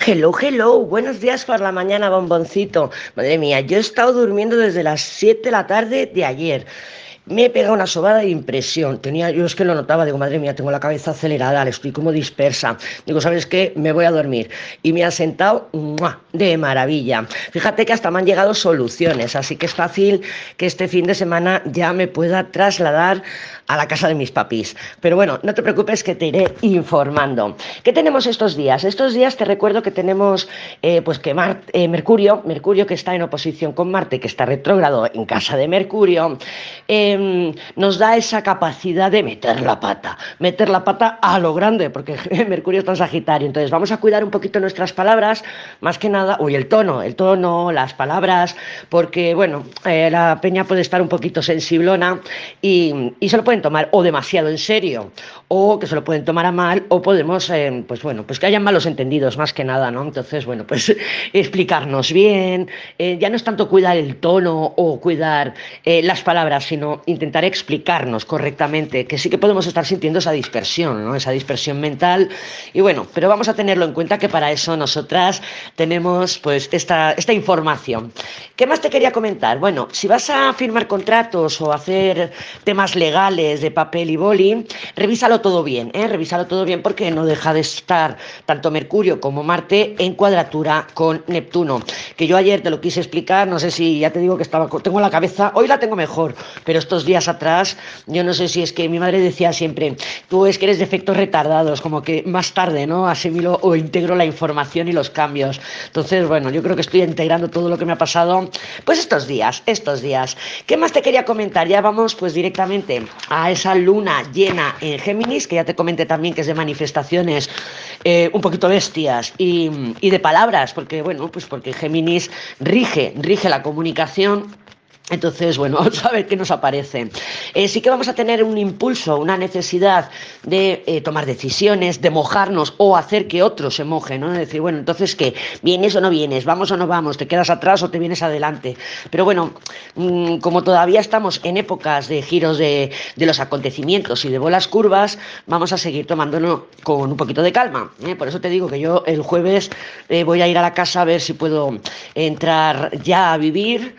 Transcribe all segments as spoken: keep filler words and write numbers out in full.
Hello, hello, buenos días por la mañana, bomboncito. Madre mía, yo he estado durmiendo desde las siete de la tarde de ayer. Me he pegado una sobada de impresión. Tenía, yo es que lo notaba, digo, madre mía, tengo la cabeza acelerada, le estoy como dispersa. Digo, ¿sabes qué? Me voy a dormir. Y me ha sentado ¡mua! De maravilla. Fíjate que hasta me han llegado soluciones, así que es fácil que este fin de semana ya me pueda trasladar a la casa de mis papis. Pero bueno, no te preocupes que te iré informando. ¿Qué tenemos estos días? Estos días te recuerdo que tenemos eh, pues que Mar eh, Mercurio, Mercurio que está en oposición con Marte, que está retrógrado en casa de Mercurio, eh, nos da esa capacidad de meter la pata, meter la pata a lo grande, porque Mercurio está en Sagitario. Entonces vamos a cuidar un poquito nuestras palabras, más que nada, uy, el tono, el tono, las palabras, porque bueno, eh, la peña puede estar un poquito sensiblona y, y se lo pueden tomar o demasiado en serio, o que se lo pueden tomar a mal, o podemos, eh, pues bueno, pues que hayan malos entendidos, más que nada, ¿no? Entonces, bueno, pues explicarnos bien, eh, ya no es tanto cuidar el tono o cuidar eh, las palabras, sino intentar explicarnos correctamente, que sí que podemos estar sintiendo esa dispersión, ¿no? Esa dispersión mental, y bueno, pero vamos a tenerlo en cuenta que para eso nosotras tenemos pues esta, esta información. ¿Qué más te quería comentar? Bueno, si vas a firmar contratos o hacer temas legales de papel y boli, revísalo todo bien, ¿eh? Revísalo todo bien porque no deja de estar tanto Mercurio como Marte en cuadratura con Neptuno, que yo ayer te lo quise explicar, no sé si ya te digo que estaba, tengo la cabeza, hoy la tengo mejor, pero estos días atrás, yo no sé si es que mi madre decía siempre, tú es que eres de efectos retardados, como que más tarde, ¿no? Asimilo o integro la información y los cambios. Entonces, bueno, yo creo que estoy integrando todo lo que me ha pasado, pues estos días, estos días. ¿Qué más te quería comentar? Ya vamos pues directamente a esa luna llena en Géminis, que ya te comenté también que es de manifestaciones eh, un poquito bestias y, y de palabras, porque bueno, pues porque Géminis rige, rige la comunicación. Entonces, bueno, vamos a ver qué nos aparece. Eh, sí que vamos a tener un impulso, una necesidad de eh, tomar decisiones, de mojarnos o hacer que otros se mojen, ¿no? De decir, bueno, entonces, ¿qué? ¿Vienes o no vienes? ¿Vamos o no vamos? ¿Te quedas atrás o te vienes adelante? Pero bueno, mmm, como todavía estamos en épocas de giros de, de los acontecimientos y de bolas curvas, vamos a seguir tomándolo con un poquito de calma, ¿eh? Por eso te digo que yo el jueves eh, voy a ir a la casa a ver si puedo entrar ya a vivir,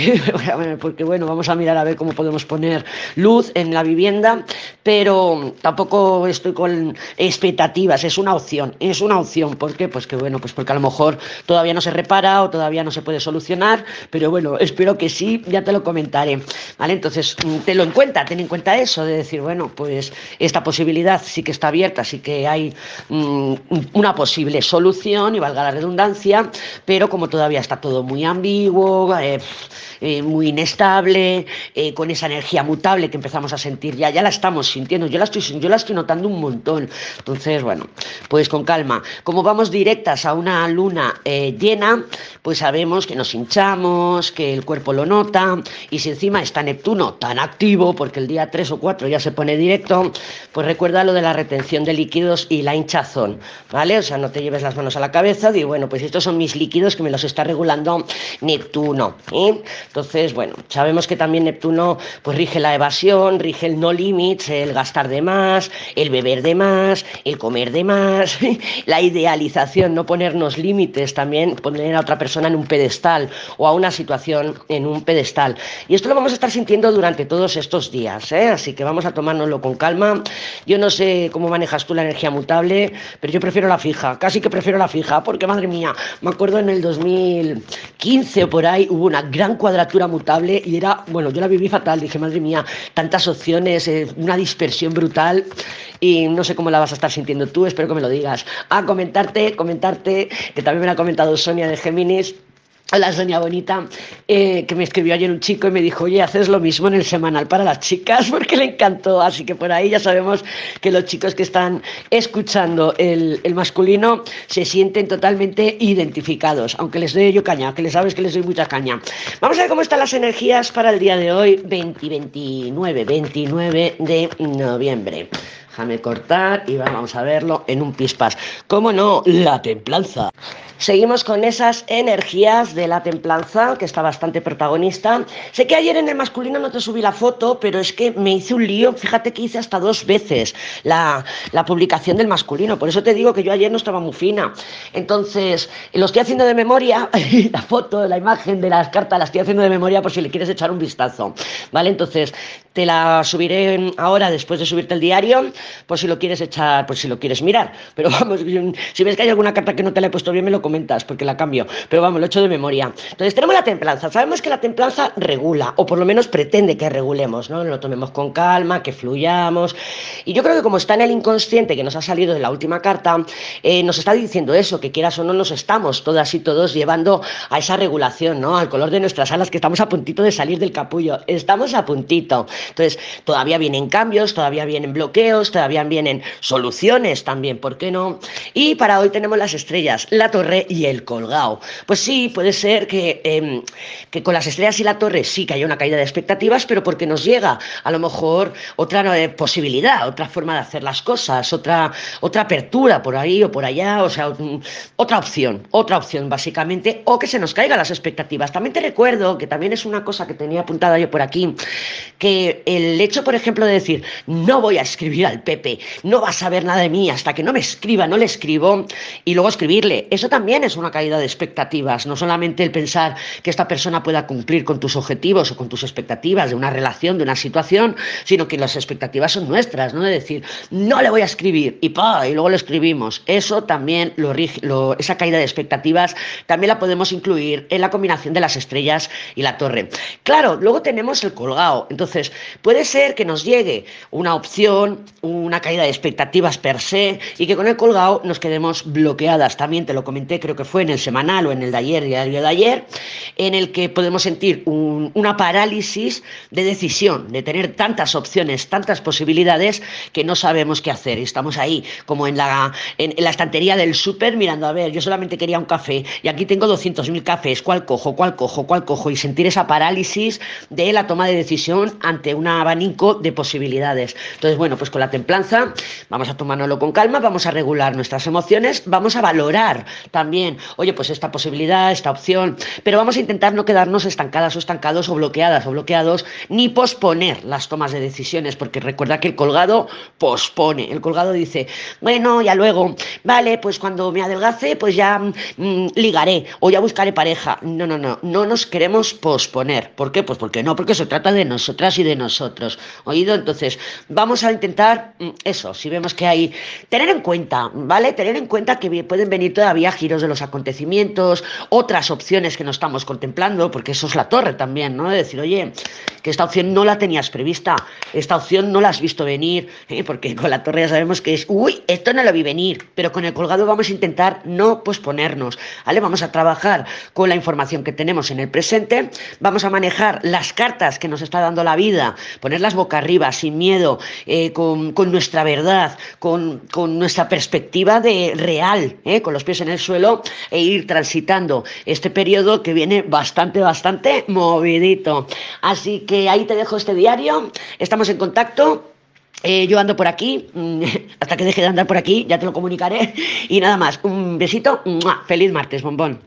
porque bueno, vamos a mirar a ver cómo podemos poner luz en la vivienda, pero tampoco estoy con expectativas, es una opción, es una opción, ¿por qué? Pues que bueno, pues porque a lo mejor todavía no se repara o todavía no se puede solucionar, pero bueno, espero que sí, ya te lo comentaré, ¿vale? Entonces, tenlo en cuenta, ten en cuenta eso, de decir, bueno, pues esta posibilidad sí que está abierta, sí que hay mmm, una posible solución, y valga la redundancia, pero como todavía está todo muy ambiguo, eh, Eh, muy inestable, eh, con esa energía mutable que empezamos a sentir ya, ya la estamos sintiendo, yo la estoy, yo la estoy notando un montón. Entonces, bueno, pues con calma. Como vamos directas a una luna eh, llena, pues sabemos que nos hinchamos, que el cuerpo lo nota, y si encima está Neptuno tan activo, porque el día tres o cuatro ya se pone directo, pues recuerda lo de la retención de líquidos y la hinchazón, ¿vale? O sea, no te lleves las manos a la cabeza, digo, bueno, pues estos son mis líquidos que me los está regulando Neptuno, ¿eh? Entonces, bueno, sabemos que también Neptuno pues rige la evasión, rige el no limits, el gastar de más, el beber de más, el comer de más, la idealización, no ponernos límites, también poner a otra persona en un pedestal o a una situación en un pedestal. Y esto lo vamos a estar sintiendo durante todos estos días, ¿eh? Así que vamos a tomárnoslo con calma. Yo no sé cómo manejas tú la energía mutable, pero yo prefiero la fija, casi que prefiero la fija, porque madre mía, me acuerdo en el dos mil quince o por ahí hubo una gran cuadratura mutable y era, bueno, yo la viví fatal, dije, madre mía, tantas opciones, eh, una dispersión brutal, y no sé cómo la vas a estar sintiendo tú, espero que me lo digas. A ah, comentarte, comentarte, que también me la ha comentado Sonia de Géminis. Hola Sonia bonita, eh, que me escribió ayer un chico y me dijo, oye, haces lo mismo en el semanal para las chicas, porque le encantó, así que por ahí ya sabemos que los chicos que están escuchando el, el masculino se sienten totalmente identificados, aunque les doy yo caña, que les sabes que les doy mucha caña. Vamos a ver cómo están las energías para el día de hoy, veinte, veintinueve, veintinueve de noviembre. Déjame cortar y vamos a verlo en un pispás. ¿Cómo no? La templanza. Seguimos con esas energías de la templanza, que está bastante protagonista. Sé que ayer en el masculino no te subí la foto, pero es que me hice un lío. Fíjate que hice hasta dos veces la, la publicación del masculino. Por eso te digo que yo ayer no estaba muy fina. Entonces, lo estoy haciendo de memoria. La foto, la imagen de las cartas la estoy haciendo de memoria por si le quieres echar un vistazo. ¿Vale? Entonces, te la subiré ahora después de subirte el diario, por si lo quieres echar, por si lo quieres mirar. Pero vamos, si ves que hay alguna carta que no te la he puesto bien, me lo comentas, porque la cambio. Pero vamos, lo echo de memoria. Entonces, tenemos la templanza. Sabemos que la templanza regula, o por lo menos pretende que regulemos, ¿no? Lo tomemos con calma, que fluyamos. Y yo creo que como está en el inconsciente que nos ha salido de la última carta, eh, nos está diciendo eso, que quieras o no nos estamos todas y todos llevando a esa regulación, ¿no? Al color de nuestras alas, que estamos a puntito de salir del capullo. Estamos a puntito. Entonces, todavía vienen cambios, todavía vienen bloqueos, todavía vienen soluciones también, ¿por qué no? Y para hoy tenemos las estrellas, la torre y el colgado. Pues sí, puede ser que, eh, que con las estrellas y la torre sí que haya una caída de expectativas, pero porque nos llega a lo mejor otra eh, posibilidad, otra forma de hacer las cosas, otra, otra apertura por ahí o por allá, o sea, otra opción, otra opción básicamente, o que se nos caigan las expectativas. También te recuerdo que también es una cosa que tenía apuntada yo por aquí, que el hecho, por ejemplo, de decir, no voy a escribir al Pepe, no va a saber nada de mí hasta que no me escriba, no le escribo, y luego escribirle, eso también es una caída de expectativas, no solamente el pensar que esta persona pueda cumplir con tus objetivos o con tus expectativas de una relación, de una situación, sino que las expectativas son nuestras, ¿no? De decir, no le voy a escribir, y pa, y luego lo escribimos. Eso también, lo, lo, esa caída de expectativas, también la podemos incluir en la combinación de las estrellas y la torre. Claro, luego tenemos el colgado, entonces, puede ser que nos llegue una opción, una caída de expectativas per se, y que con el colgado nos quedemos bloqueadas. También te lo comenté, creo que fue en el semanal o en el de ayer, diario de ayer, en el que podemos sentir un, una parálisis de decisión, de tener tantas opciones, tantas posibilidades, que no sabemos qué hacer. Y estamos ahí, como en la, en, en la estantería del súper, mirando, a ver, yo solamente quería un café, y aquí tengo doscientos mil cafés, ¿cuál cojo, cuál cojo, cuál cojo? Y sentir esa parálisis de la toma de decisión ante un abanico de posibilidades. Entonces, bueno, pues con la templanza vamos a tomárnoslo con calma, vamos a regular nuestras emociones, vamos a valorar también, oye, pues esta posibilidad, esta opción, pero vamos a intentar no quedarnos estancadas o estancados o bloqueadas o bloqueados, ni posponer las tomas de decisiones, porque recuerda que el colgado pospone. El colgado dice, bueno, ya luego, vale, pues cuando me adelgace, pues ya mmm, ligaré o ya buscaré pareja. No, no, no, no nos queremos posponer. ¿Por qué? Pues porque no, porque se trata de nosotras y de nosotros. ¿Oído? Entonces, vamos a intentar eso, si vemos que hay... Tener en cuenta, ¿vale? Tener en cuenta que pueden venir todavía giros de los acontecimientos, otras opciones que no estamos contemplando, porque eso es la torre también, ¿no? De decir, oye, que esta opción no la tenías prevista, esta opción no la has visto venir, ¿eh? Porque con la torre ya sabemos que es, uy, esto no lo vi venir, pero con el colgado vamos a intentar no posponernos, ¿vale? Vamos a trabajar con la información que tenemos en el presente, vamos a manejar las cartas que nos está dando la vida, ponerlas boca arriba, sin miedo, eh, con, con nuestra verdad, con, con nuestra perspectiva de real, ¿eh? Con los pies en el suelo, e ir transitando este periodo que viene bastante, bastante movidito. Así que ahí te dejo este diario, estamos en contacto. Eh, yo ando por aquí, hasta que deje de andar por aquí, ya te lo comunicaré. Y nada más, un besito, ¡mua! Feliz martes, bombón.